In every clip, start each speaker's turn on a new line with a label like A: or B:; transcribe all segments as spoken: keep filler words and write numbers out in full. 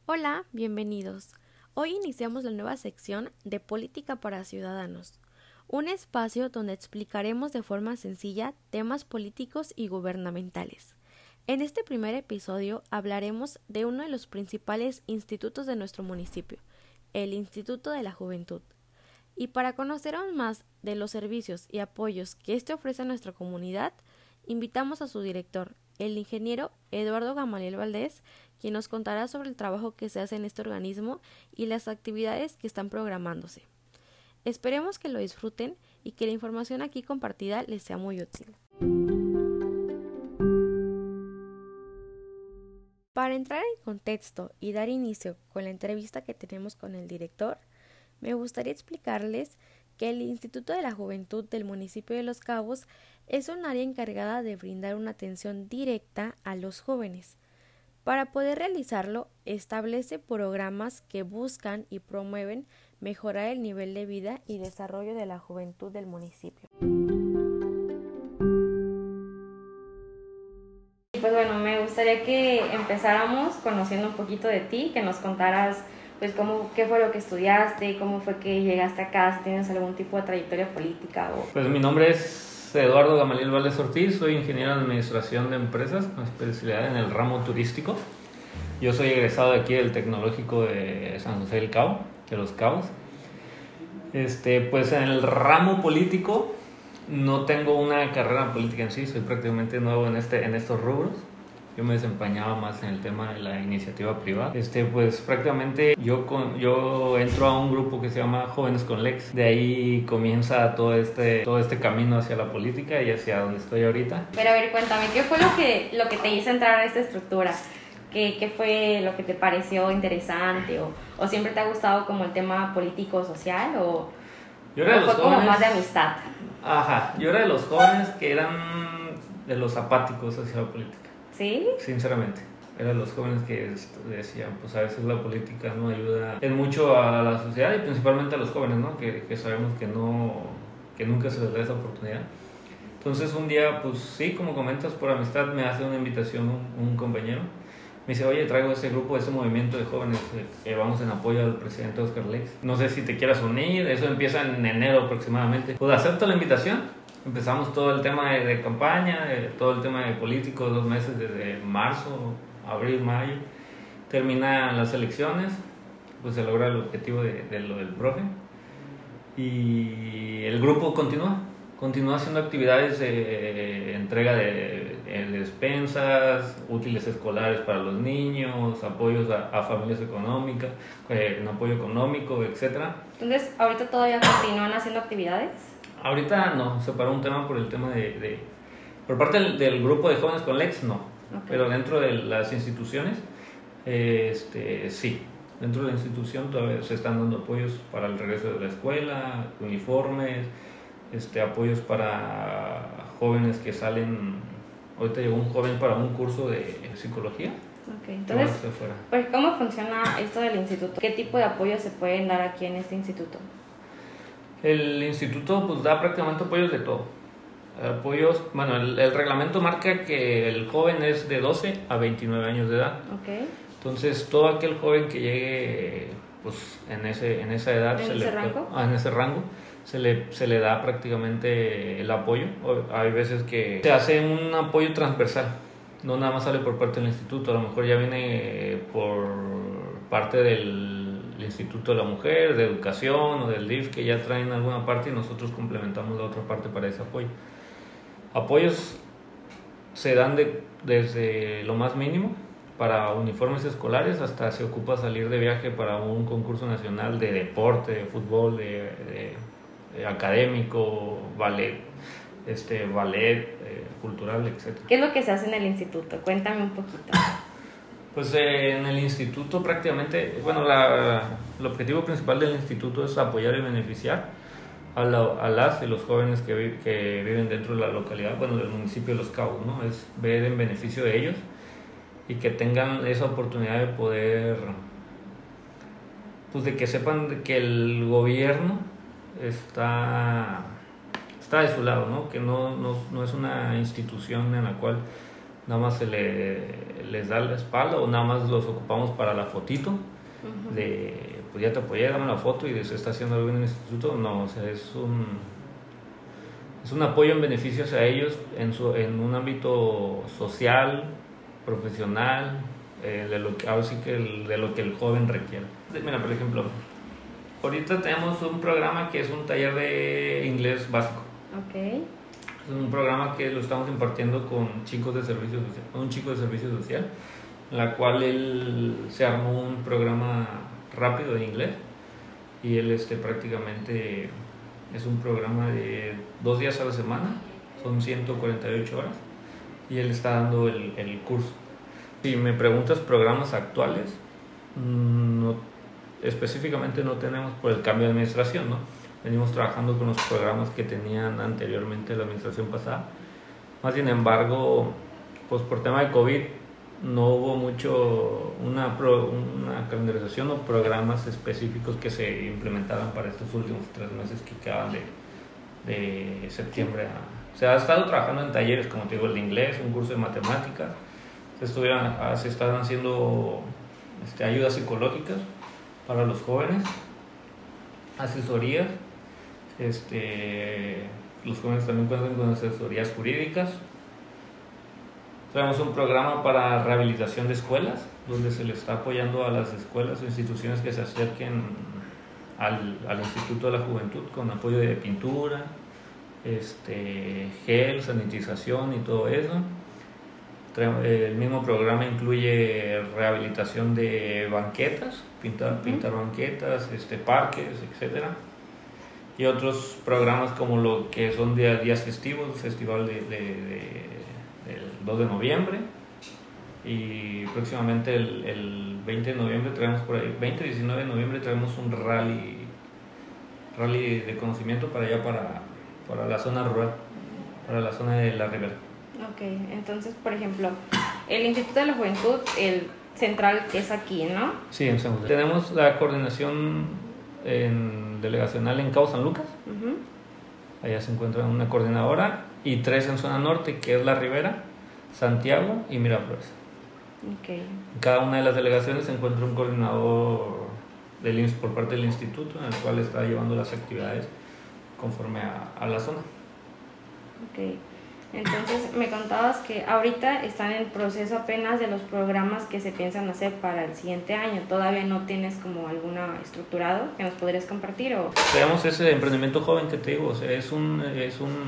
A: Hola, bienvenidos. Hoy iniciamos la nueva sección de Política para Ciudadanos, un espacio donde explicaremos de forma sencilla temas políticos y gubernamentales. En este primer episodio hablaremos de uno de los principales institutos de nuestro municipio, el Instituto de la Juventud. Y para conocer aún más de los servicios y apoyos que este ofrece a nuestra comunidad, invitamos a su director, el ingeniero Eduardo Gamaliel Valdés, quien nos contará sobre el trabajo que se hace en este organismo y las actividades que están programándose. Esperemos que lo disfruten y que la información aquí compartida les sea muy útil. Para entrar en contexto y dar inicio con la entrevista que tenemos con el director, me gustaría explicarles que el Instituto de la Juventud del municipio de Los Cabos es un área encargada de brindar una atención directa a los jóvenes. Para poder realizarlo, establece programas que buscan y promueven mejorar el nivel de vida y desarrollo de la juventud del municipio. Pues bueno, me gustaría que empezáramos conociendo un poquito de ti, que nos contaras pues cómo, qué fue lo que estudiaste, cómo fue que llegaste acá, si tienes algún tipo de trayectoria política. O...
B: Pues mi nombre es Eduardo Gamaliel Valdés Ortiz, soy ingeniero en administración de empresas con especialidad en el ramo turístico. Yo soy egresado de aquí del Tecnológico de San José del Cabo, de Los Cabos. Este, pues en el ramo político no tengo una carrera política en sí, soy prácticamente nuevo en, este, en estos rubros. Yo me desempeñaba más en el tema de la iniciativa privada. Este, pues prácticamente yo, con, yo entro a un grupo que se llama Jóvenes con Lex. De ahí comienza todo este, todo este camino hacia la política y hacia donde estoy ahorita.
A: Pero a ver, cuéntame, ¿qué fue lo que, lo que te hizo entrar a esta estructura? ¿Qué, ¿Qué fue lo que te pareció interesante? ¿O, o siempre te ha gustado como el tema político-social? ¿O,
B: yo era
A: o
B: de los
A: fue
B: jóvenes,
A: como más de amistad?
B: Ajá, yo era de los jóvenes que eran de los apáticos hacia la política.
A: ¿Sí?
B: Sinceramente, eran los jóvenes que decían, pues a veces la política no ayuda en mucho a la sociedad y principalmente a los jóvenes, ¿no? Que, que sabemos que no, que nunca se les da esa oportunidad. Entonces un día, pues sí, como comentas, por amistad me hace una invitación un, un compañero. Me dice, oye, traigo ese grupo, ese movimiento de jóvenes que vamos en apoyo al presidente Oscar Lex. No sé si te quieras unir, eso empieza en enero aproximadamente. Pues acepto la invitación. Empezamos todo el tema de, de campaña, de, todo el tema de político, dos meses desde marzo, abril, mayo. Terminan las elecciones, pues se logra el objetivo de, de lo del profe. Y el grupo continúa, continúa haciendo actividades de entrega de, de despensas, útiles escolares para los niños, apoyos a, a familias económicas, eh, un apoyo económico, etcétera.
A: Entonces, ¿ahorita todavía continúan haciendo actividades?
B: Ahorita no, se paró un tema por el tema de... de por parte del, del grupo de Jóvenes con Lex, no. Okay. Pero dentro de las instituciones, eh, este, sí. Dentro de la institución todavía se están dando apoyos para el regreso de la escuela, uniformes, este, apoyos para jóvenes que salen... Ahorita llegó un joven para un curso de psicología.
A: Okay, entonces, pues, ¿cómo funciona esto del instituto? ¿Qué tipo de apoyos se pueden dar aquí en este instituto?
B: El instituto pues da prácticamente apoyos de todo. Apoyos, bueno, el, el reglamento marca que el joven es de doce a veintinueve años de edad.
A: Okay.
B: Entonces, todo aquel joven que llegue pues en ese en esa edad,
A: ¿En
B: se
A: ese
B: le,
A: rango?
B: Ah, en ese rango, se le se le da prácticamente el apoyo. Hay veces que se hace un apoyo transversal. No nada más sale por parte del instituto, a lo mejor ya viene por parte del el Instituto de la Mujer, de Educación o del D I F, que ya traen alguna parte y nosotros complementamos la otra parte para ese apoyo. Apoyos se dan de, desde lo más mínimo para uniformes escolares hasta se ocupa salir de viaje para un concurso nacional de deporte, de fútbol, de, de, de académico, ballet, este, ballet, eh, cultural, etcétera.
A: ¿Qué es lo que se hace en el instituto? Cuéntame un poquito.
B: Pues eh, en el instituto prácticamente, bueno, la, el objetivo principal del instituto es apoyar y beneficiar a, la, a las y los jóvenes que, vi, que viven dentro de la localidad, bueno, del municipio de Los Cabos, ¿no? Es ver en beneficio de ellos y que tengan esa oportunidad de poder, pues de que sepan que el gobierno está, está de su lado, ¿no? Que no, no, no es una institución en la cual nada más se le, les da la espalda o nada más los ocupamos para la fotito. Uh-huh. De pues ya te apoyé, dame la foto y se está haciendo algo en el instituto. No, o sea, es un es un apoyo en beneficio hacia ellos en, su, en un ámbito social, profesional, eh, de lo que, ahora sí que el, de lo que el joven requiere. Mira, por ejemplo, ahorita tenemos un programa que es un taller de inglés básico.
A: Okay.
B: Es un programa que lo estamos impartiendo con chicos de servicio social, un chico de servicio social, en la cual él se armó un programa rápido de inglés y él este, prácticamente es un programa de dos días a la semana, son ciento cuarenta y ocho horas y él está dando el, el curso. Si me preguntas programas actuales, no, específicamente no tenemos por el cambio de administración, ¿no? Venimos trabajando con los programas que tenían anteriormente la administración pasada. Más sin embargo, pues por tema de COVID no hubo mucho una, pro, una calendarización o programas específicos que se implementaran para estos últimos tres meses que quedaban de, de septiembre a... Se ha estado trabajando en talleres, como te digo, el de inglés, un curso de matemáticas, se, estuvieran, se están haciendo este, ayudas psicológicas para los jóvenes, asesorías, este, los jóvenes también cuentan con asesorías jurídicas. Tenemos un programa para rehabilitación de escuelas, donde se le está apoyando a las escuelas o instituciones que se acerquen al, al Instituto de la Juventud con apoyo de pintura, este, gel, sanitización y todo eso. El mismo programa incluye rehabilitación de banquetas, pintar, uh-huh. pintar banquetas, este, parques, etcétera. Y otros programas como lo que son de días festivos, festival de, de, de, del dos de noviembre, y próximamente el, el veinte de noviembre traemos por ahí, veinte y diecinueve de noviembre traemos un rally, rally de conocimiento para allá, para, para la zona rural, para la zona de la Ribera.
A: Ok, entonces, por ejemplo, el Instituto de la Juventud, el central es aquí, ¿no?
B: Sí, en San José. Tenemos la coordinación en, delegacional en Cabo San Lucas. Uh-huh. Allá se encuentra una coordinadora y tres en zona norte, que es la Ribera, Santiago y Miraflores.
A: Okay.
B: En cada una de las delegaciones se encuentra un coordinador del, por parte del instituto, en el cual está llevando las actividades conforme a, a la zona.
A: Okay. Entonces me contabas que ahorita están en proceso apenas de los programas que se piensan hacer para el siguiente año. ¿Todavía no tienes como alguna estructurado que nos podrías compartir? O
B: tenemos ese emprendimiento joven que te digo, o sea, es un, es un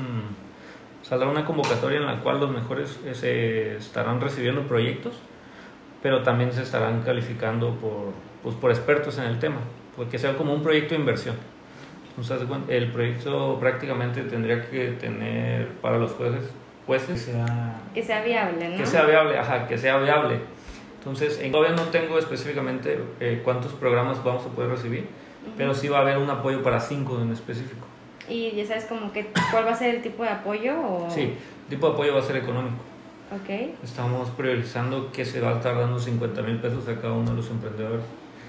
B: saldrá una convocatoria en la cual los mejores se estarán recibiendo proyectos, pero también se estarán calificando por, pues, por expertos en el tema, porque sea como un proyecto de inversión. Entonces, el proyecto prácticamente tendría que tener para los jueces, jueces que sea,
A: que sea viable, ¿no?
B: Que sea viable, ajá, que sea viable. Entonces, en, todavía no tengo específicamente eh, cuántos programas vamos a poder recibir, uh-huh. pero sí va a haber un apoyo para cinco en específico.
A: ¿Y ya sabes como que cuál va a ser el tipo de apoyo? O...
B: Sí, el tipo de apoyo va a ser económico.
A: Okay.
B: Estamos priorizando que se va a estar dando cincuenta mil pesos a cada uno de los emprendedores.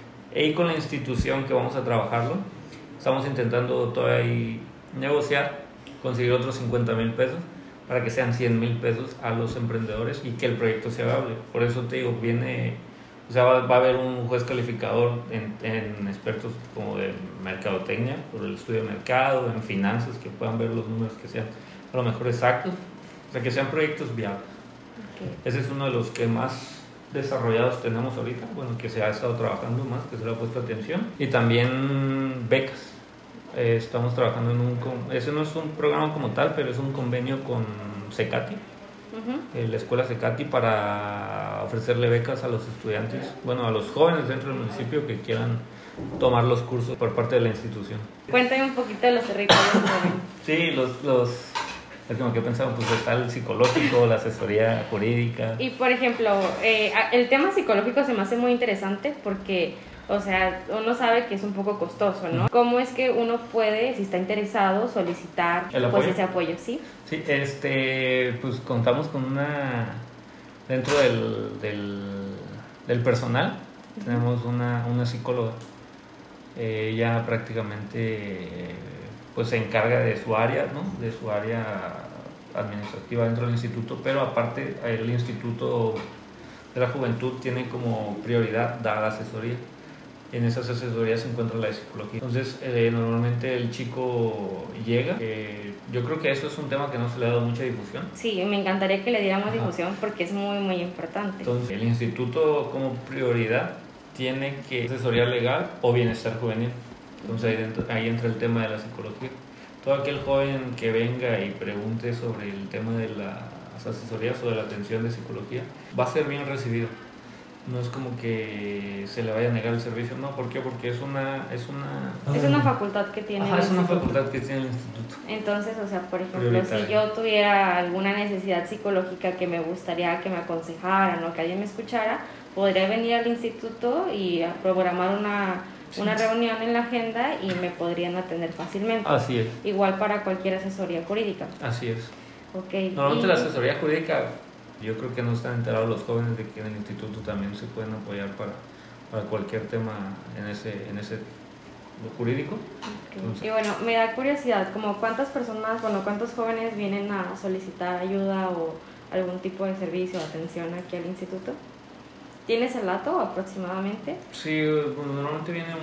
B: Y con la institución que vamos a trabajarlo, estamos intentando todavía negociar, conseguir otros cincuenta mil pesos para que sean cien mil pesos a los emprendedores y que el proyecto sea viable. Por eso te digo, viene, o sea, va, va a haber un juez calificador en, en expertos como de mercadotecnia, por el estudio de mercado, en finanzas, que puedan ver los números que sean a lo mejor exactos, o sea, que sean proyectos viables. Okay. Ese es uno de los que más desarrollados tenemos ahorita, bueno, que se ha estado trabajando más, que se le ha puesto atención, y también becas. Eh, estamos trabajando en un, ese no es un programa como tal, pero es un convenio con CECATI, uh-huh. eh, la escuela CECATI, para ofrecerle becas a los estudiantes, bueno, a los jóvenes dentro del municipio que quieran tomar los cursos por parte de la institución.
A: Cuéntame un poquito de los territorios.
B: Sí, los... los es como que pensamos, pues está el psicológico, la asesoría jurídica.
A: Y por ejemplo, eh, el tema psicológico se me hace muy interesante porque, o sea, uno sabe que es un poco costoso, ¿no? ¿Cómo es que uno puede, si está interesado, solicitar pues ese apoyo, sí?
B: Sí, este, pues contamos con una, dentro del, del, del personal, uh-huh. tenemos una, una psicóloga. Eh, ella prácticamente... pues se encarga de su área, ¿no? De su área administrativa dentro del instituto, pero aparte el Instituto de la Juventud tiene como prioridad dar asesoría. En esas asesorías se encuentra la de psicología. Entonces, eh, normalmente el chico llega. Eh, yo creo que eso es un tema que no se le ha dado mucha difusión.
A: Sí, me encantaría que le diéramos Ajá. difusión porque es muy, muy importante.
B: Entonces, el instituto como prioridad tiene que asesoría legal o bienestar juvenil. Entonces, ahí, dentro, ahí entra el tema de la psicología. Todo aquel joven que venga y pregunte sobre el tema de las asesorías o de la atención de psicología va a ser bien recibido. No es como que se le vaya a negar el servicio, no, ¿por qué? Porque es una... Es una,
A: es una facultad que tiene
B: Ajá,
A: el
B: es una
A: instituto.
B: facultad que tiene el instituto.
A: Entonces, o sea, por ejemplo, si yo tuviera alguna necesidad psicológica que me gustaría que me aconsejaran o que alguien me escuchara, podría venir al instituto y programar una, sí. una reunión en la agenda y me podrían atender fácilmente.
B: Así es.
A: Igual para cualquier asesoría jurídica.
B: Así es.
A: Okay.
B: Normalmente
A: y...
B: la asesoría jurídica... Yo creo que no están enterados los jóvenes de que en el instituto también se pueden apoyar para, para cualquier tema en ese, en ese jurídico.
A: Okay. Entonces, y bueno, me da curiosidad, como cuántas personas, bueno, cuántos jóvenes vienen a solicitar ayuda o algún tipo de servicio o atención aquí al instituto. ¿Tienes el dato aproximadamente?
B: Sí, bueno, normalmente vienen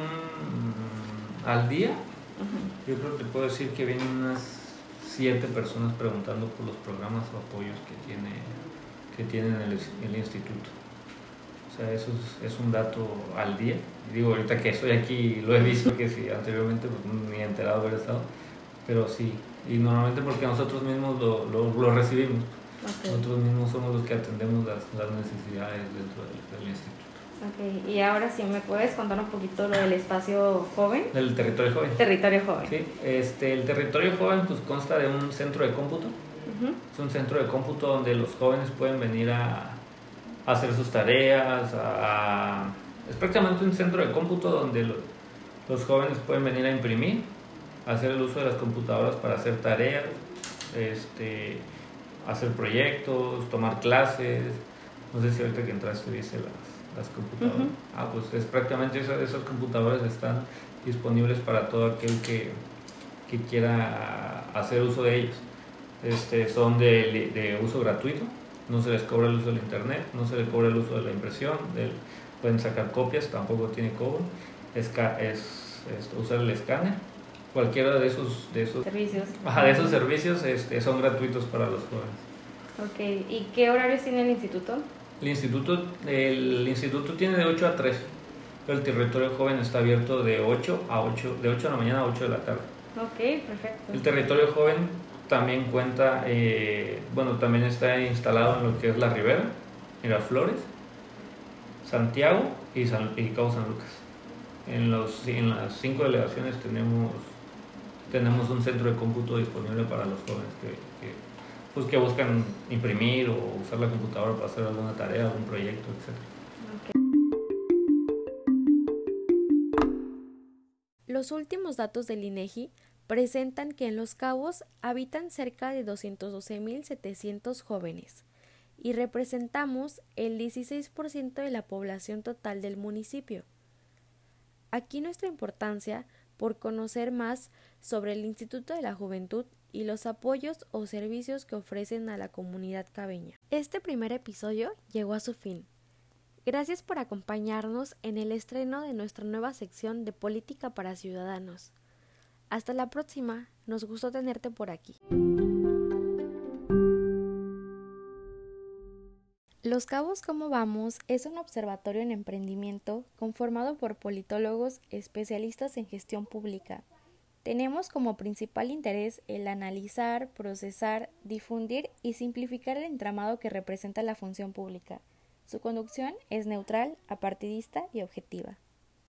B: un, al día. Uh-huh. Yo creo que te puedo decir que vienen unas siete personas preguntando por los programas o apoyos que tiene que tienen el, el instituto. O sea, eso es, es un dato al día. Y digo, ahorita que estoy aquí lo he visto, que sí, anteriormente pues, ni he enterado de haber estado, pero sí, y normalmente porque nosotros mismos lo, lo, lo recibimos. Okay. Nosotros mismos somos los que atendemos las, las necesidades dentro del, del instituto.
A: Ok, y ahora sí, ¿me puedes contar un poquito lo del espacio joven?
B: Del territorio joven.
A: Territorio joven.
B: Sí, este, el territorio joven pues consta de un centro de cómputo. Uh-huh. Es un centro de cómputo donde los jóvenes pueden venir a, a hacer sus tareas, a, a, es prácticamente un centro de cómputo donde lo, los jóvenes pueden venir a imprimir, a hacer el uso de las computadoras para hacer tareas, este, hacer proyectos, tomar clases. No sé si ahorita que entraste viste las, las computadoras. Uh-huh. Ah, pues es prácticamente eso, esas computadoras están disponibles para todo aquel que, que quiera hacer uso de ellos. Este, son de, de uso gratuito, no se les cobra el uso del internet, no se les cobra el uso de la impresión, del, pueden sacar copias, tampoco tiene cobro, es, es, es usar el escáner, cualquiera de esos, de esos
A: servicios,
B: ajá, de esos servicios este, son gratuitos para los jóvenes.
A: Ok, ¿y qué horarios tiene el instituto?
B: El instituto, el instituto tiene de ocho a tres, pero el territorio joven está abierto de ocho a ocho, de ocho de la mañana a ocho de la tarde.
A: Ok, perfecto.
B: El territorio joven también cuenta, eh, bueno, también está instalado en lo que es La Ribera, Miraflores, Santiago y, San, y Cabo San Lucas. En, los, en las cinco delegaciones tenemos, tenemos un centro de cómputo disponible para los jóvenes que, que, pues, que buscan imprimir o usar la computadora para hacer alguna tarea, algún proyecto, etcétera.
A: Okay. Los últimos datos del INEGI presentan que en Los Cabos habitan cerca de doscientos doce mil setecientos jóvenes y representamos el dieciséis por ciento de la población total del municipio. Aquí nuestra importancia por conocer más sobre el Instituto de la Juventud y los apoyos o servicios que ofrecen a la comunidad cabeña. Este primer episodio llegó a su fin. Gracias por acompañarnos en el estreno de nuestra nueva sección de Política para Ciudadanos. Hasta la próxima, nos gustó tenerte por aquí. Los Cabos ¿Cómo Vamos? Es un observatorio en emprendimiento conformado por politólogos especialistas en gestión pública. Tenemos como principal interés el analizar, procesar, difundir y simplificar el entramado que representa la función pública. Su conducción es neutral, apartidista y objetiva.